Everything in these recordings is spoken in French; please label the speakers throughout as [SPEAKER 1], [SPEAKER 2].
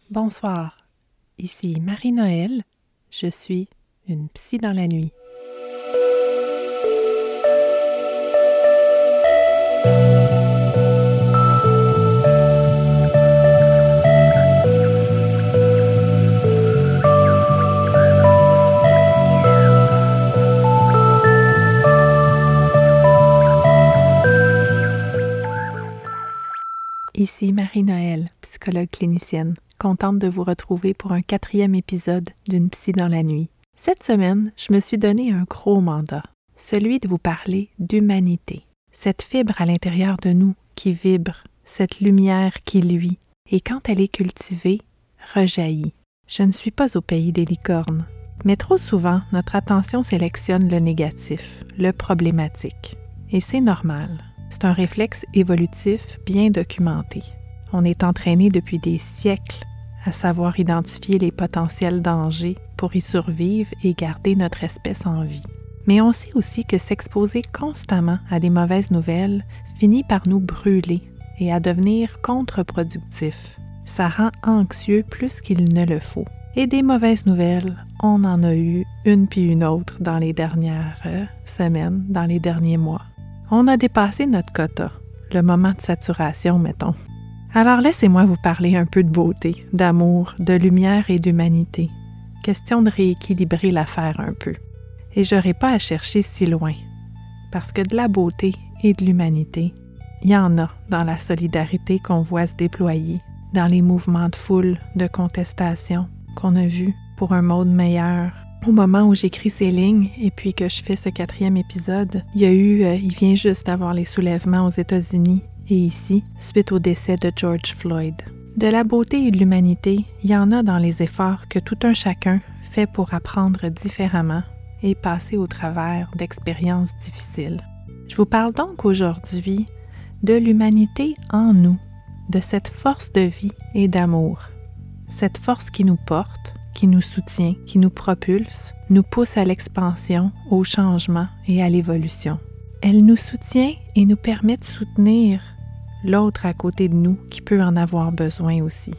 [SPEAKER 1] Bonsoir, ici Marie-Noël, je suis une psy dans la nuit. Ici Marie-Noël, psychologue clinicienne, contente de vous retrouver pour un 4e épisode d'une psy dans la nuit. Cette semaine, je me suis donné un gros mandat, celui de vous parler d'humanité. Cette fibre à l'intérieur de nous qui vibre, cette lumière qui luit, et quand elle est cultivée, rejaillit. Je ne suis pas au pays des licornes, mais trop souvent, notre attention sélectionne le négatif, le problématique. Et c'est normal. C'est un réflexe évolutif bien documenté. On est entraîné depuis des siècles à savoir identifier les potentiels dangers pour y survivre et garder notre espèce en vie. Mais on sait aussi que s'exposer constamment à des mauvaises nouvelles finit par nous brûler et à devenir contre-productif. Ça rend anxieux plus qu'il ne le faut. Et des mauvaises nouvelles, on en a eu une puis une autre dans les dernières semaines, dans les derniers mois. On a dépassé notre quota, le moment de saturation, mettons. Alors laissez-moi vous parler un peu de beauté, d'amour, de lumière et d'humanité. Question de rééquilibrer l'affaire un peu. Et j'aurai pas à chercher si loin, parce que de la beauté et de l'humanité, il y en a dans la solidarité qu'on voit se déployer, dans les mouvements de foule, de contestation qu'on a vus pour un monde meilleur. Au moment où j'écris ces lignes et puis que je fais ce 4e épisode, il vient juste d'avoir les soulèvements aux États-Unis et ici, suite au décès de George Floyd. De la beauté et de l'humanité, il y en a dans les efforts que tout un chacun fait pour apprendre différemment et passer au travers d'expériences difficiles. Je vous parle donc aujourd'hui de l'humanité en nous, de cette force de vie et d'amour, cette force qui nous porte, qui nous soutient, qui nous propulse, nous pousse à l'expansion, au changement et à l'évolution. Elle nous soutient et nous permet de soutenir l'autre à côté de nous qui peut en avoir besoin aussi.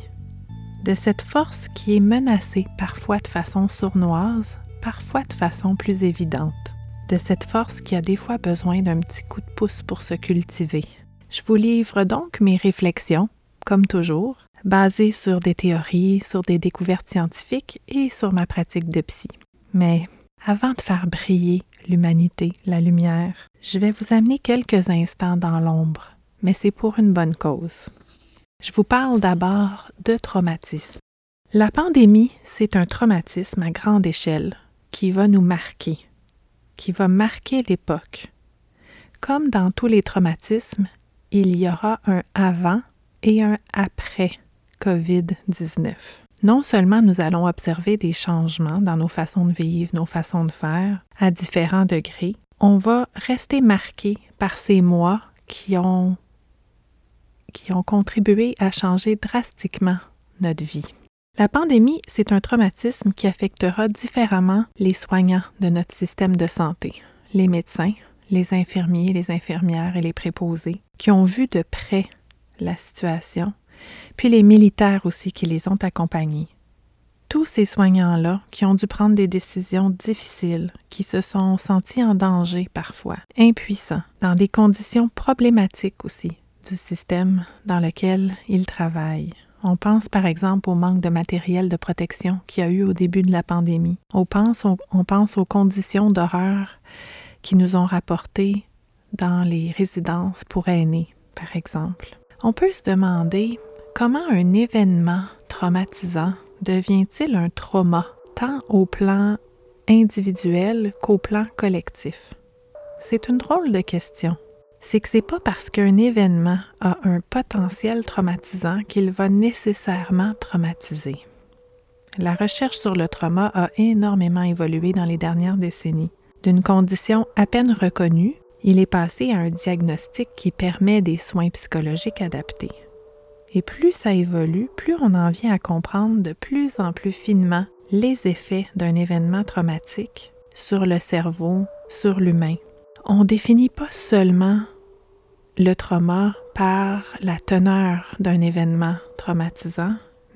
[SPEAKER 1] De cette force qui est menacée parfois de façon sournoise, parfois de façon plus évidente. De cette force qui a des fois besoin d'un petit coup de pouce pour se cultiver. Je vous livre donc mes réflexions, comme toujours, basées sur des théories, sur des découvertes scientifiques et sur ma pratique de psy. Mais avant de faire briller l'humanité, la lumière, je vais vous amener quelques instants dans l'ombre, mais c'est pour une bonne cause. Je vous parle d'abord de traumatisme. La pandémie, c'est un traumatisme à grande échelle qui va nous marquer, qui va marquer l'époque. Comme dans tous les traumatismes, il y aura un avant et un après COVID-19. Non seulement nous allons observer des changements dans nos façons de vivre, nos façons de faire, à différents degrés, on va rester marqué par ces mois qui ont contribué à changer drastiquement notre vie. La pandémie, c'est un traumatisme qui affectera différemment les soignants de notre système de santé, les médecins, les infirmiers, les infirmières et les préposés, qui ont vu de près la situation, puis les militaires aussi qui les ont accompagnés. Tous ces soignants-là qui ont dû prendre des décisions difficiles, qui se sont sentis en danger parfois, impuissants, dans des conditions problématiques aussi du système dans lequel ils travaillent. On pense par exemple au manque de matériel de protection qu'il y a eu au début de la pandémie. On pense aux conditions d'horreur qui nous ont rapportées dans les résidences pour aînés, par exemple. On peut se demander comment un événement traumatisant devient-il un trauma, tant au plan individuel qu'au plan collectif? C'est une drôle de question. C'est que c'est pas parce qu'un événement a un potentiel traumatisant qu'il va nécessairement traumatiser. La recherche sur le trauma a énormément évolué dans les dernières décennies. D'une condition à peine reconnue, il est passé à un diagnostic qui permet des soins psychologiques adaptés. Et plus ça évolue, plus on en vient à comprendre de plus en plus finement les effets d'un événement traumatique sur le cerveau, sur l'humain. On ne définit pas seulement le trauma par la teneur d'un événement traumatisant,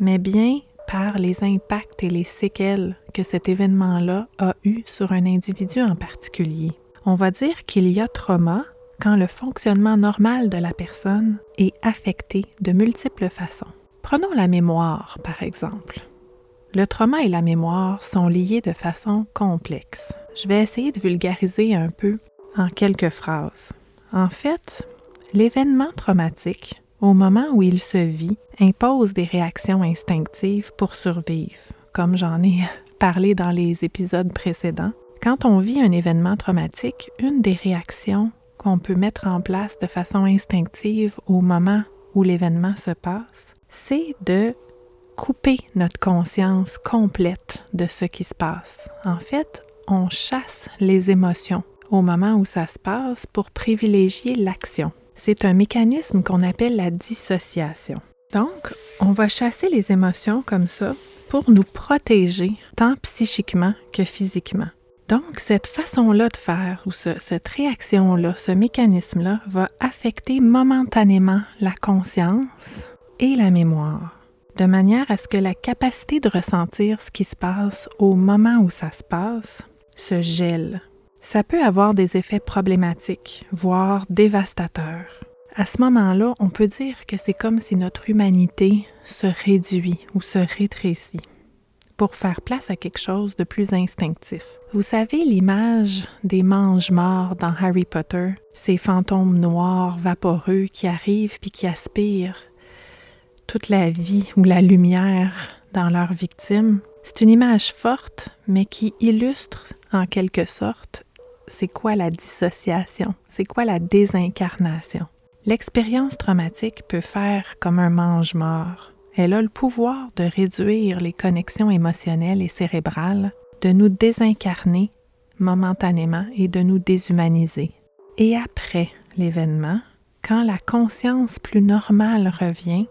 [SPEAKER 1] mais bien par les impacts et les séquelles que cet événement-là a eu sur un individu en particulier. On va dire qu'il y a trauma quand le fonctionnement normal de la personne est affecté de multiples façons. Prenons la mémoire, par exemple. Le trauma et la mémoire sont liés de façon complexe. Je vais essayer de vulgariser un peu en quelques phrases. En fait, l'événement traumatique, au moment où il se vit, impose des réactions instinctives pour survivre, comme j'en ai parlé dans les épisodes précédents. Quand on vit un événement traumatique, une des réactions qu'on peut mettre en place de façon instinctive au moment où l'événement se passe, c'est de couper notre conscience complète de ce qui se passe. En fait, on chasse les émotions au moment où ça se passe pour privilégier l'action. C'est un mécanisme qu'on appelle la dissociation. Donc, on va chasser les émotions comme ça pour nous protéger tant psychiquement que physiquement. Donc, cette façon-là de faire, ou cette réaction-là, ce mécanisme-là, va affecter momentanément la conscience et la mémoire, de manière à ce que la capacité de ressentir ce qui se passe au moment où ça se passe se gèle. Ça peut avoir des effets problématiques, voire dévastateurs. À ce moment-là, on peut dire que c'est comme si notre humanité se réduit ou se rétrécit pour faire place à quelque chose de plus instinctif. Vous savez l'image des mange-morts dans Harry Potter, ces fantômes noirs, vaporeux qui arrivent puis qui aspirent toute la vie ou la lumière dans leurs victimes. C'est une image forte, mais qui illustre en quelque sorte c'est quoi la dissociation, c'est quoi la désincarnation. L'expérience traumatique peut faire comme un mange-mort. Elle a le pouvoir de réduire les connexions émotionnelles et cérébrales, de nous désincarner momentanément et de nous déshumaniser. Et après l'événement, quand la conscience plus normale revient,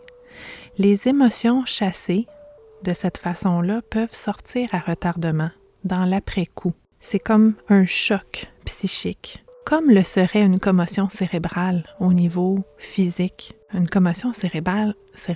[SPEAKER 1] les émotions chassées de cette façon-là peuvent sortir à retardement, dans l'après-coup. C'est comme un choc psychique, comme le serait une commotion cérébrale au niveau physique. Une commotion cérébrale,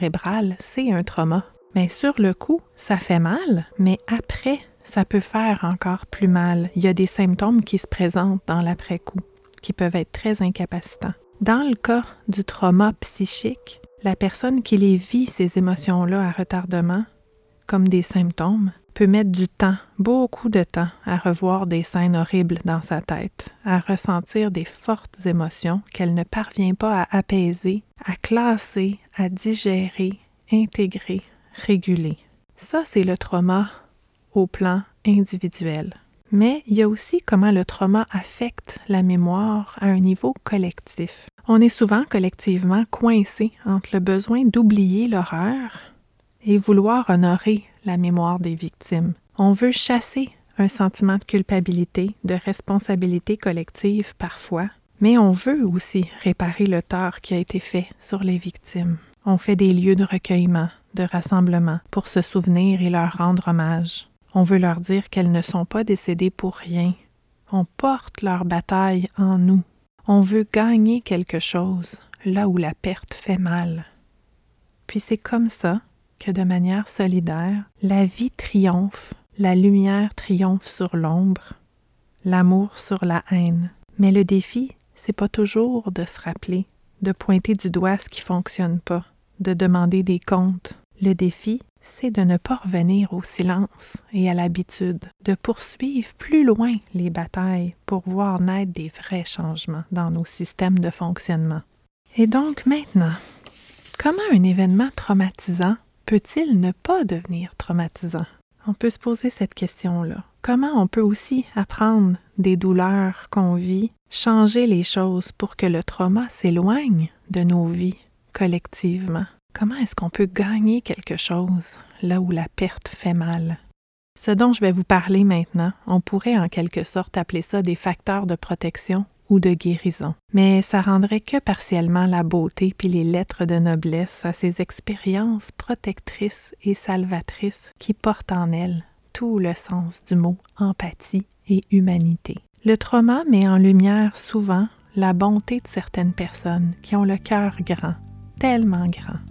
[SPEAKER 1] c'est un trauma. Mais sur le coup, ça fait mal, mais après, ça peut faire encore plus mal. Il y a des symptômes qui se présentent dans l'après-coup, qui peuvent être très incapacitants. Dans le cas du trauma psychique, la personne qui les vit, ces émotions-là à retardement, comme des symptômes, peut mettre du temps, beaucoup de temps, à revoir des scènes horribles dans sa tête, à ressentir des fortes émotions qu'elle ne parvient pas à apaiser, à classer, à digérer, intégrer, réguler. Ça, c'est le trauma au plan individuel. Mais il y a aussi comment le trauma affecte la mémoire à un niveau collectif. On est souvent collectivement coincé entre le besoin d'oublier l'horreur et vouloir honorer la mémoire des victimes. On veut chasser un sentiment de culpabilité, de responsabilité collective parfois, mais on veut aussi réparer le tort qui a été fait sur les victimes. On fait des lieux de recueillement, de rassemblement pour se souvenir et leur rendre hommage. On veut leur dire qu'elles ne sont pas décédées pour rien. On porte leur bataille en nous. On veut gagner quelque chose là où la perte fait mal. Puis c'est comme ça que de manière solidaire, la vie triomphe, la lumière triomphe sur l'ombre, l'amour sur la haine. Mais le défi, c'est pas toujours de se rappeler, de pointer du doigt ce qui fonctionne pas, de demander des comptes. Le défi, c'est de ne pas revenir au silence et à l'habitude, de poursuivre plus loin les batailles pour voir naître des vrais changements dans nos systèmes de fonctionnement. Et donc maintenant, comment un événement traumatisant peut-il ne pas devenir traumatisant? On peut se poser cette question-là. Comment on peut aussi apprendre des douleurs qu'on vit, changer les choses pour que le trauma s'éloigne de nos vies collectivement? Comment est-ce qu'on peut gagner quelque chose là où la perte fait mal? Ce dont je vais vous parler maintenant, on pourrait en quelque sorte appeler ça des facteurs de protection ou de guérison. Mais ça rendrait que partiellement la beauté puis les lettres de noblesse à ces expériences protectrices et salvatrices qui portent en elles tout le sens du mot empathie et humanité. Le trauma met en lumière souvent la bonté de certaines personnes qui ont le cœur grand, tellement grand.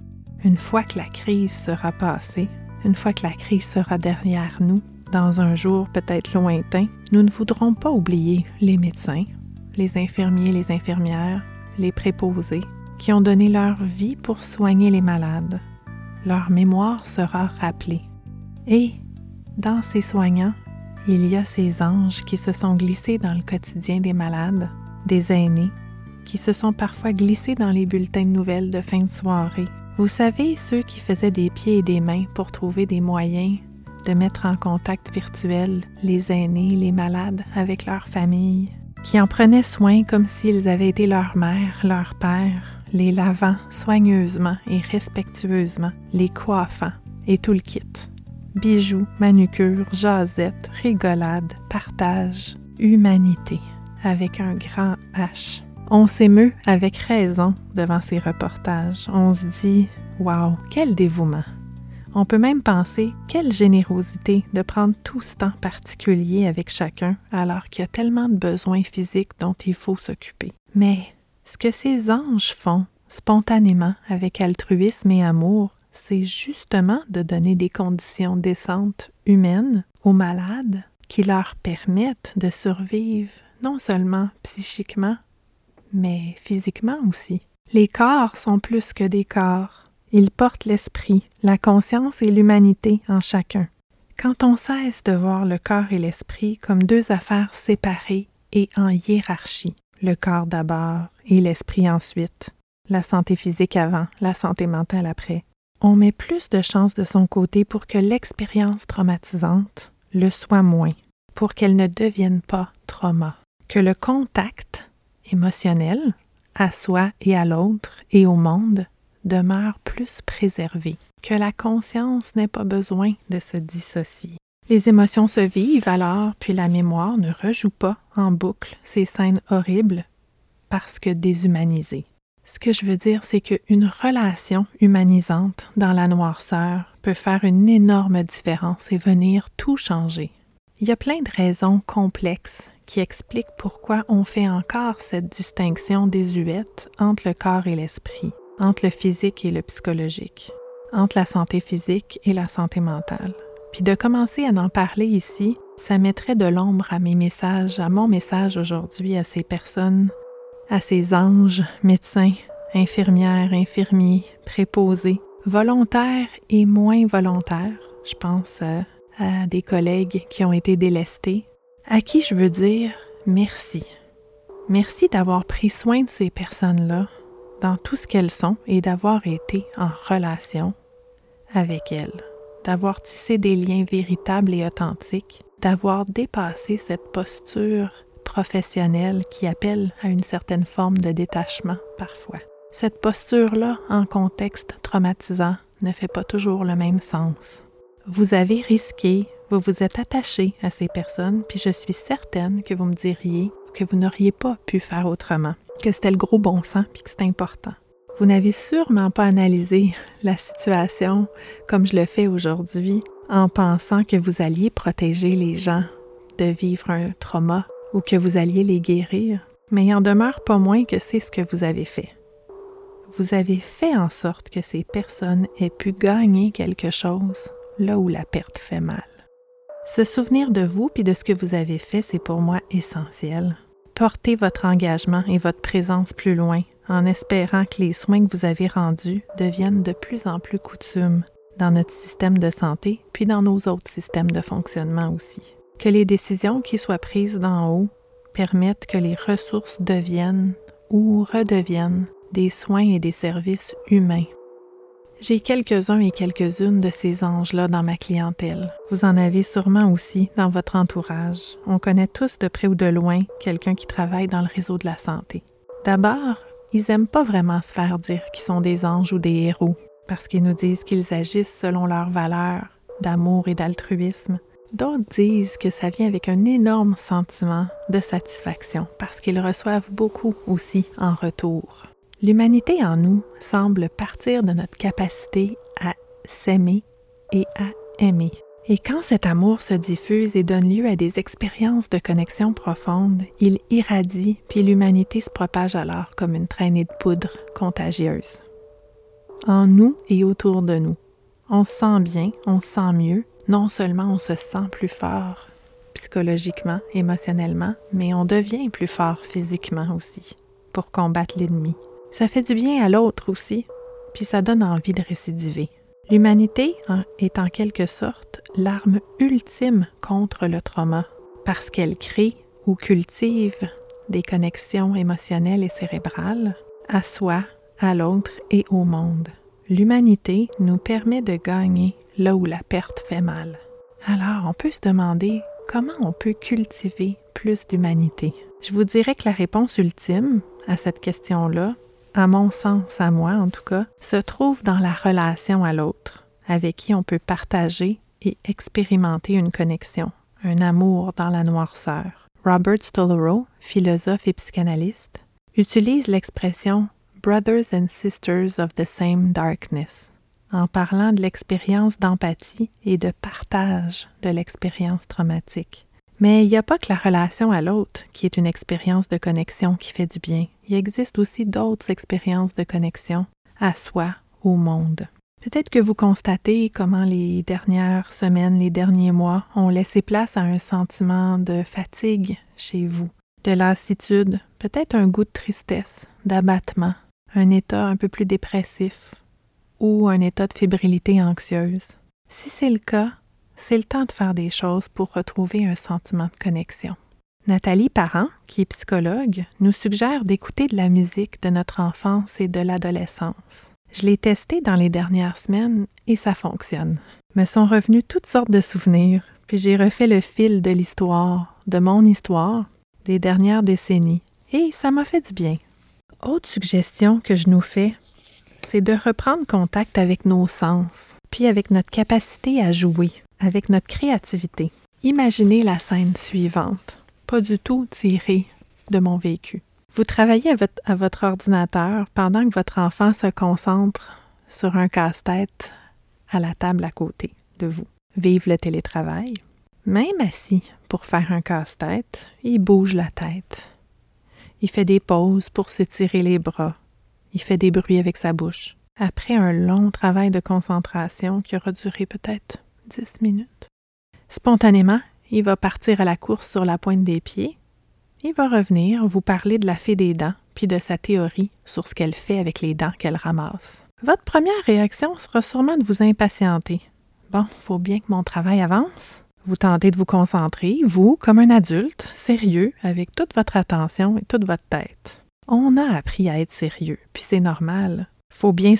[SPEAKER 1] une fois que la crise sera passée, une fois que la crise sera derrière nous, dans un jour peut-être lointain, nous ne voudrons pas oublier les médecins, les infirmiers, les infirmières, les préposés, qui ont donné leur vie pour soigner les malades. Leur mémoire sera rappelée. Et, dans ces soignants, il y a ces anges qui se sont glissés dans le quotidien des malades, des aînés, qui se sont parfois glissés dans les bulletins de nouvelles de fin de soirée. Vous savez, ceux qui faisaient des pieds et des mains pour trouver des moyens de mettre en contact virtuel les aînés, les malades avec leur famille, qui en prenaient soin comme s'ils avaient été leur mère, leur père, les lavant soigneusement et respectueusement, les coiffant et tout le kit. Bijoux, manucure, jasette, rigolade, partage, humanité, avec un grand H. On s'émeut avec raison devant ces reportages. On se dit « Wow, quel dévouement !» On peut même penser « Quelle générosité de prendre tout ce temps particulier avec chacun alors qu'il y a tellement de besoins physiques dont il faut s'occuper. » Mais ce que ces anges font spontanément avec altruisme et amour, c'est justement de donner des conditions décentes humaines aux malades qui leur permettent de survivre non seulement psychiquement, mais physiquement aussi. Les corps sont plus que des corps. Ils portent l'esprit, la conscience et l'humanité en chacun. Quand on cesse de voir le corps et l'esprit comme deux affaires séparées et en hiérarchie, le corps d'abord et l'esprit ensuite, la santé physique avant, la santé mentale après, on met plus de chances de son côté pour que l'expérience traumatisante le soit moins, pour qu'elle ne devienne pas trauma, que le contact émotionnel à soi et à l'autre et au monde demeure plus préservé, que la conscience n'ait pas besoin de se dissocier. Les émotions se vivent alors, puis la mémoire ne rejoue pas en boucle ces scènes horribles parce que déshumanisées. Ce que je veux dire, c'est qu'une relation humanisante dans la noirceur peut faire une énorme différence et venir tout changer. Il y a plein de raisons complexes qui expliquent pourquoi on fait encore cette distinction désuète entre le corps et l'esprit, entre le physique et le psychologique, entre la santé physique et la santé mentale. Puis de commencer à en parler ici, ça mettrait de l'ombre à mes messages, à mon message aujourd'hui à ces personnes, à ces anges, médecins, infirmières, infirmiers, préposés, volontaires et moins volontaires. Je pense à des collègues qui ont été délestés, à qui je veux dire merci. Merci d'avoir pris soin de ces personnes-là dans tout ce qu'elles sont et d'avoir été en relation avec elles, d'avoir tissé des liens véritables et authentiques, d'avoir dépassé cette posture professionnelle qui appelle à une certaine forme de détachement parfois. Cette posture-là, en contexte traumatisant, ne fait pas toujours le même sens. Vous avez risqué, vous vous êtes attaché à ces personnes, puis je suis certaine que vous me diriez que vous n'auriez pas pu faire autrement, que c'était le gros bon sens puis que c'était important. Vous n'avez sûrement pas analysé la situation comme je le fais aujourd'hui en pensant que vous alliez protéger les gens de vivre un trauma ou que vous alliez les guérir, mais il en demeure pas moins que c'est ce que vous avez fait. Vous avez fait en sorte que ces personnes aient pu gagner quelque chose là où la perte fait mal. Se souvenir de vous puis de ce que vous avez fait, c'est pour moi essentiel. Portez votre engagement et votre présence plus loin en espérant que les soins que vous avez rendus deviennent de plus en plus coutumes dans notre système de santé puis dans nos autres systèmes de fonctionnement aussi. Que les décisions qui soient prises d'en haut permettent que les ressources deviennent ou redeviennent des soins et des services humains. J'ai quelques-uns et quelques-unes de ces anges-là dans ma clientèle. Vous en avez sûrement aussi dans votre entourage. On connaît tous de près ou de loin quelqu'un qui travaille dans le réseau de la santé. D'abord, ils n'aiment pas vraiment se faire dire qu'ils sont des anges ou des héros, parce qu'ils nous disent qu'ils agissent selon leurs valeurs d'amour et d'altruisme. D'autres disent que ça vient avec un énorme sentiment de satisfaction, parce qu'ils reçoivent beaucoup aussi en retour. L'humanité en nous semble partir de notre capacité à s'aimer et à aimer. Et quand cet amour se diffuse et donne lieu à des expériences de connexion profonde, il irradie, puis l'humanité se propage alors comme une traînée de poudre contagieuse. en nous et autour de nous. On se sent bien, on se sent mieux. Non seulement on se sent plus fort psychologiquement, émotionnellement, mais on devient plus fort physiquement aussi pour combattre l'ennemi. Ça fait du bien à l'autre aussi, puis ça donne envie de récidiver. L'humanité est en quelque sorte l'arme ultime contre le trauma parce qu'elle crée ou cultive des connexions émotionnelles et cérébrales à soi, à l'autre et au monde. L'humanité nous permet de gagner là où la perte fait mal. Alors, on peut se demander comment on peut cultiver plus d'humanité. Je vous dirais que la réponse ultime à cette question-là, à mon sens, à moi en tout cas, se trouve dans la relation à l'autre, avec qui on peut partager et expérimenter une connexion, un amour dans la noirceur. Robert Stolorow, philosophe et psychanalyste, utilise l'expression « brothers and sisters of the same darkness » en parlant de l'expérience d'empathie et de partage de l'expérience traumatique. Mais il n'y a pas que la relation à l'autre qui est une expérience de connexion qui fait du bien. Il existe aussi d'autres expériences de connexion à soi, au monde. Peut-être que vous constatez comment les dernières semaines, les derniers mois ont laissé place à un sentiment de fatigue chez vous, de lassitude, peut-être un goût de tristesse, d'abattement, un état un peu plus dépressif ou un état de fébrilité anxieuse. Si c'est le cas, c'est le temps de faire des choses pour retrouver un sentiment de connexion. Nathalie Parent, qui est psychologue, nous suggère d'écouter de la musique de notre enfance et de l'adolescence. Je l'ai testé dans les dernières semaines et ça fonctionne. Me sont revenus toutes sortes de souvenirs, puis j'ai refait le fil de l'histoire, de mon histoire, des dernières décennies, et ça m'a fait du bien. Autre suggestion que je nous fais, c'est de reprendre contact avec nos sens, puis avec notre capacité à jouer, avec notre créativité. Imaginez la scène suivante, pas du tout tirée de mon vécu. Vous travaillez à votre ordinateur pendant que votre enfant se concentre sur un casse-tête à la table à côté de vous. Vive le télétravail. Même assis pour faire un casse-tête, il bouge la tête. Il fait des pauses pour s'étirer les bras. Il fait des bruits avec sa bouche. Après un long travail de concentration qui aura duré peut-être 10 minutes, spontanément, il va partir à la course sur la pointe des pieds. Il va revenir vous parler de la fée des dents puis de sa théorie sur ce qu'elle fait avec les dents qu'elle ramasse. Votre première réaction sera sûrement de vous impatienter. Bon, faut bien que mon travail avance. Vous tentez de vous concentrer, vous, comme un adulte, sérieux, avec toute votre attention et toute votre tête. On a appris à être sérieux, puis c'est normal. Faut bien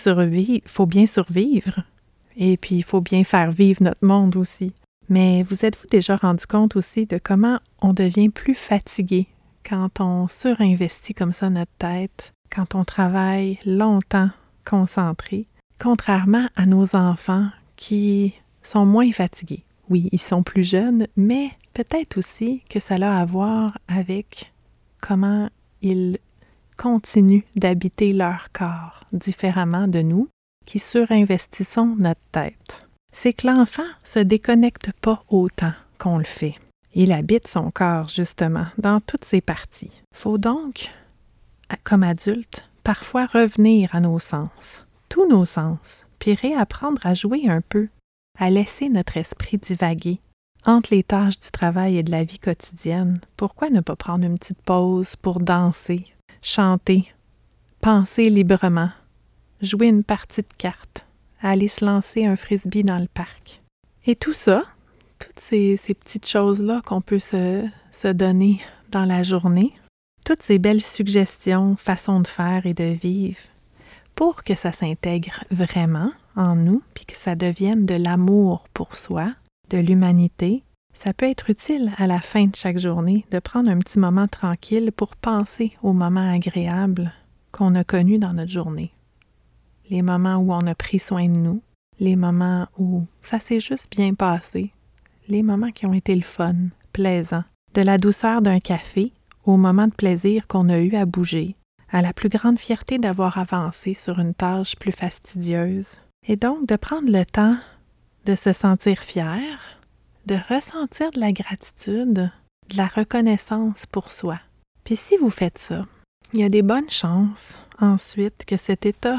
[SPEAKER 1] survivre, et puis il faut bien faire vivre notre monde aussi. Mais vous êtes-vous déjà rendu compte aussi de comment on devient plus fatigué quand on surinvestit comme ça notre tête, quand on travaille longtemps concentré, contrairement à nos enfants qui sont moins fatigués. Oui, ils sont plus jeunes, mais peut-être aussi que ça a à voir avec comment ils continuent d'habiter leur corps différemment de nous qui surinvestissons notre tête. C'est que l'enfant se déconnecte pas autant qu'on le fait. Il habite son corps, justement, dans toutes ses parties. Il faut donc, comme adulte, parfois revenir à nos sens, tous nos sens, puis réapprendre à jouer un peu, à laisser notre esprit divaguer entre les tâches du travail et de la vie quotidienne. Pourquoi ne pas prendre une petite pause pour danser, chanter, penser librement, jouer une partie de cartes, aller se lancer un frisbee dans le parc. Et tout ça, toutes ces petites choses-là qu'on peut se donner dans la journée, toutes ces belles suggestions, façons de faire et de vivre, pour que ça s'intègre vraiment en nous, puis que ça devienne de l'amour pour soi, de l'humanité, ça peut être utile à la fin de chaque journée de prendre un petit moment tranquille pour penser aux moments agréables qu'on a connus dans notre journée. Les moments où on a pris soin de nous, les moments où ça s'est juste bien passé, les moments qui ont été le fun, plaisants, de la douceur d'un café au moment de plaisir qu'on a eu à bouger, à la plus grande fierté d'avoir avancé sur une tâche plus fastidieuse. Et donc de prendre le temps de se sentir fier, de ressentir de la gratitude, de la reconnaissance pour soi. Puis si vous faites ça, il y a des bonnes chances ensuite que cet état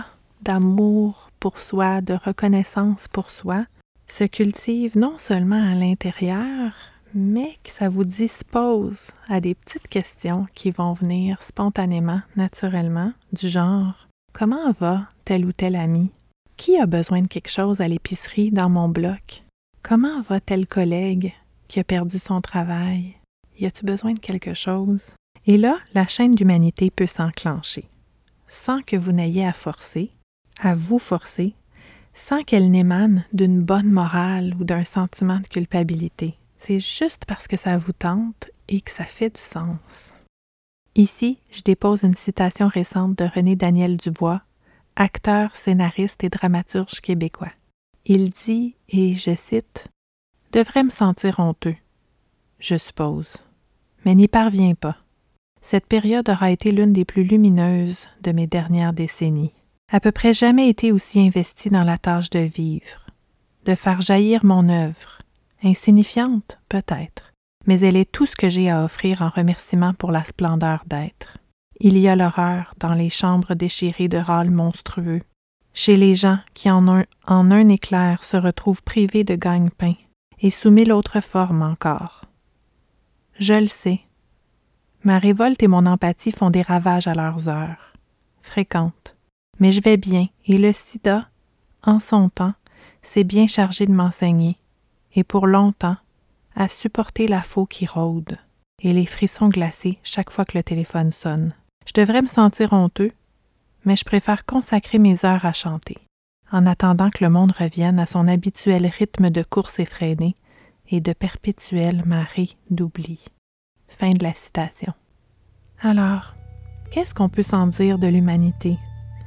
[SPEAKER 1] d'amour pour soi, de reconnaissance pour soi, se cultive non seulement à l'intérieur, mais que ça vous dispose à des petites questions qui vont venir spontanément, naturellement, du genre « Comment va tel ou tel ami? Qui a besoin de quelque chose à l'épicerie dans mon bloc? Comment va tel collègue qui a perdu son travail? Y a-tu besoin de quelque chose? » Et là, la chaîne d'humanité peut s'enclencher, sans que vous n'ayez à vous forcer, sans qu'elle n'émane d'une bonne morale ou d'un sentiment de culpabilité. C'est juste parce que ça vous tente et que ça fait du sens. Ici, je dépose une citation récente de René Daniel Dubois, acteur, scénariste et dramaturge québécois. Il dit, et je cite, « Devrais me sentir honteux, je suppose, mais n'y parviens pas. Cette période aura été l'une des plus lumineuses de mes dernières décennies. À peu près jamais été aussi investi dans la tâche de vivre, de faire jaillir mon œuvre, insignifiante peut-être, mais elle est tout ce que j'ai à offrir en remerciement pour la splendeur d'être. Il y a l'horreur dans les chambres déchirées de râles monstrueux, chez les gens qui en un éclair se retrouvent privés de gagne-pain et sous mille autres formes encore. Je le sais, ma révolte et mon empathie font des ravages à leurs heures, fréquentes. Mais je vais bien, et le sida, en son temps, s'est bien chargé de m'enseigner, et pour longtemps, à supporter la faux qui rôde, et les frissons glacés chaque fois que le téléphone sonne. Je devrais me sentir honteux, mais je préfère consacrer mes heures à chanter, en attendant que le monde revienne à son habituel rythme de course effrénée et de perpétuelle marée d'oubli. » Fin de la citation. Alors, qu'est-ce qu'on peut s'en dire de l'humanité?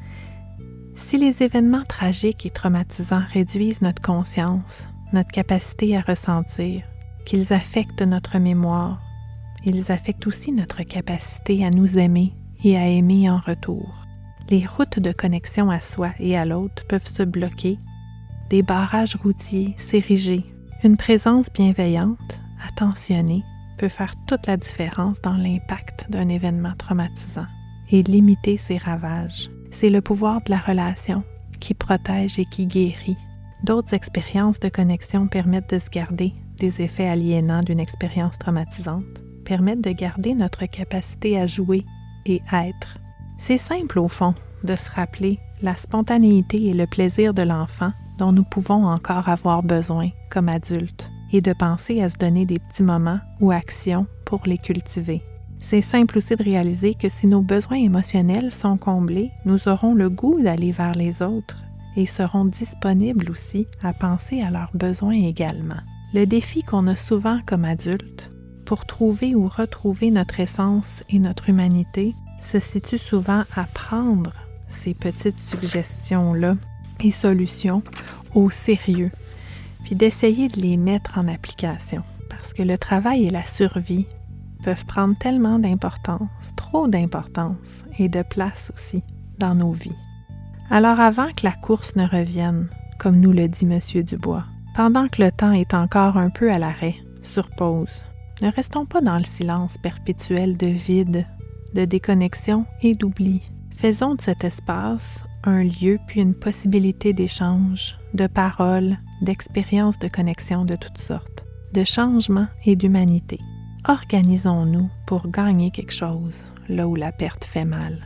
[SPEAKER 1] Si les événements tragiques et traumatisants réduisent notre conscience, notre capacité à ressentir, qu'ils affectent notre mémoire, ils affectent aussi notre capacité à nous aimer et à aimer en retour. Les routes de connexion à soi et à l'autre peuvent se bloquer, des barrages routiers s'ériger. Une présence bienveillante, attentionnée, peut faire toute la différence dans l'impact d'un événement traumatisant et limiter ses ravages. C'est le pouvoir de la relation qui protège et qui guérit. D'autres expériences de connexion permettent de se garder des effets aliénants d'une expérience traumatisante, permettent de garder notre capacité à jouer et être. C'est simple au fond de se rappeler la spontanéité et le plaisir de l'enfant dont nous pouvons encore avoir besoin comme adultes et de penser à se donner des petits moments ou actions pour les cultiver. C'est simple aussi de réaliser que si nos besoins émotionnels sont comblés, nous aurons le goût d'aller vers les autres et seront disponibles aussi à penser à leurs besoins également. Le défi qu'on a souvent comme adultes pour trouver ou retrouver notre essence et notre humanité se situe souvent à prendre ces petites suggestions-là et solutions au sérieux, puis d'essayer de les mettre en application. Parce que le travail et la survie peuvent prendre tellement d'importance, trop d'importance et de place aussi dans nos vies. Alors avant que la course ne revienne, comme nous le dit M. Dubois, pendant que le temps est encore un peu à l'arrêt, sur pause, ne restons pas dans le silence perpétuel de vide, de déconnexion et d'oubli. Faisons de cet espace un lieu puis une possibilité d'échange, de paroles, d'expériences de connexion de toutes sortes, de changement et d'humanité. Organisons-nous pour gagner quelque chose, là où la perte fait mal.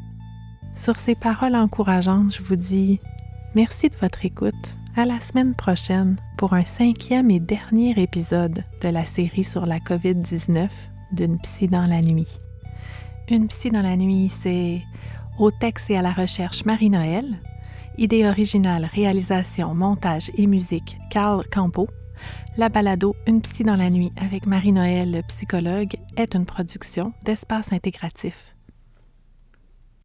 [SPEAKER 1] Sur ces paroles encourageantes, je vous dis merci de votre écoute. À la semaine prochaine pour un 5e et dernier épisode de la série sur la COVID-19 d'une psy dans la nuit. Une psy dans la nuit, c'est au texte et à la recherche Marie-Noël, idée originale, réalisation, montage et musique Carl Campo. La balado Une psy dans la nuit avec Marie-Noël, psychologue, est une production d'Espace Intégratif.